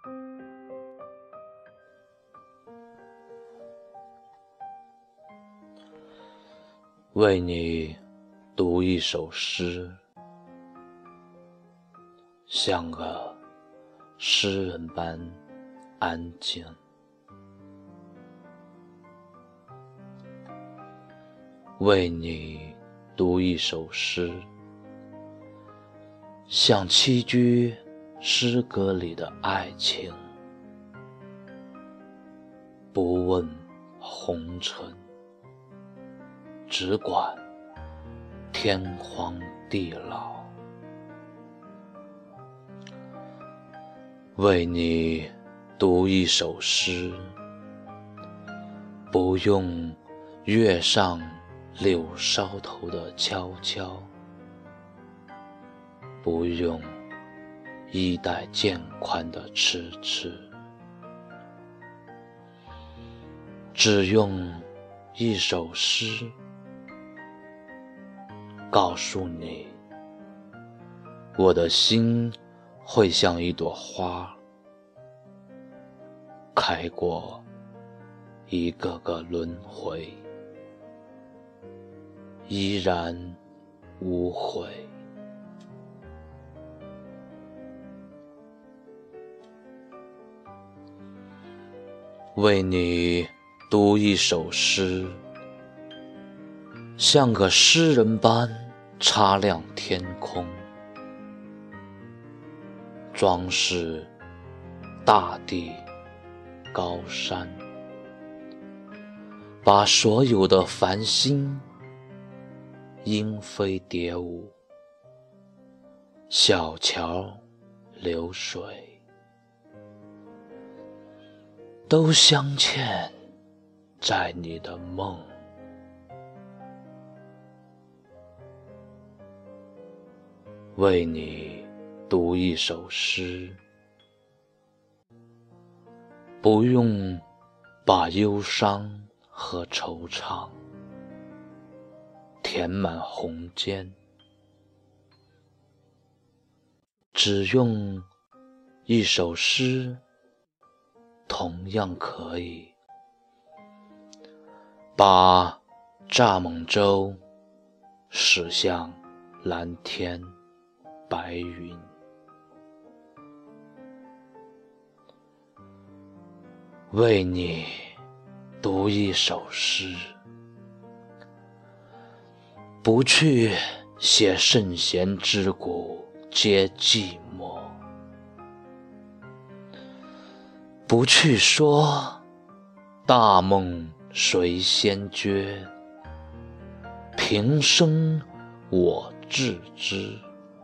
为你读一首诗，像个诗人般安静。为你读一首诗，像栖居诗歌里的爱情，不问红尘，只管天荒地老。为你读一首诗，不用月上柳梢头的悄悄，不用衣带渐宽的痴痴，只用一首诗告诉你，我的心会像一朵花，开过一个个轮回，依然无悔。为你读一首诗，像个诗人般擦亮天空，装饰大地高山，把所有的繁星莺飞蝶舞，小桥流水，都镶嵌在你的梦。为你读一首诗，不用把忧伤和惆怅填满红笺，只用一首诗，同样可以把蚱蜢舟驶向蓝天白云。为你读一首诗，不去写圣贤之骨皆寂寞，不去说大梦谁先觉，平生我自知，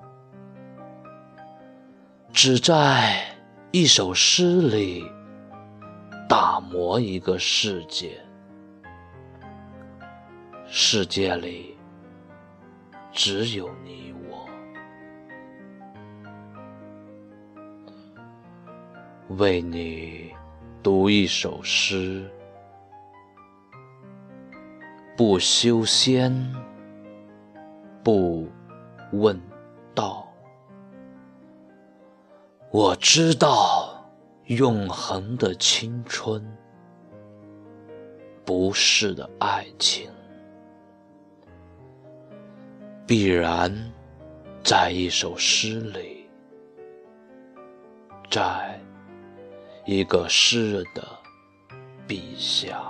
只在一首诗里打磨一个世界，世界里只有你我。为你读一首诗，不修仙，不问道，我知道永恒的青春，不是的爱情，必然在一首诗里，在一个诗人的笔下。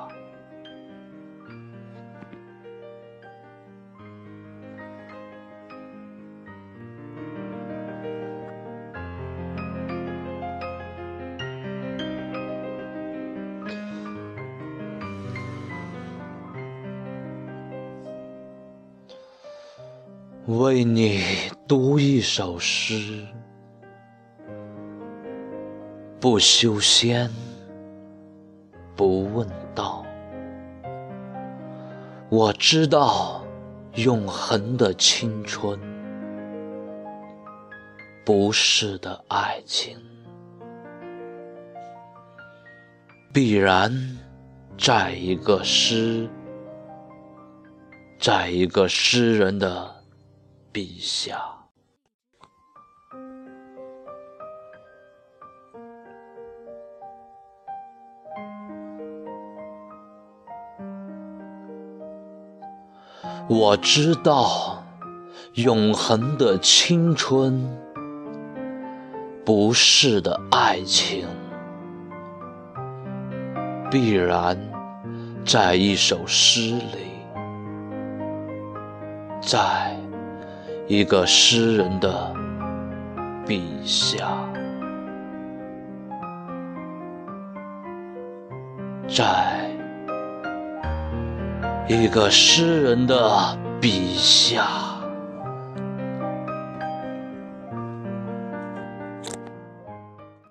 为你读一首诗，不修仙，不问道，我知道永恒的青春，不是的爱情，必然在一个诗，在一个诗人的笔下。 我知道，永恒的青春，不逝的爱情，必然在一首诗里，在一个诗人的笔下，在一个诗人的笔下。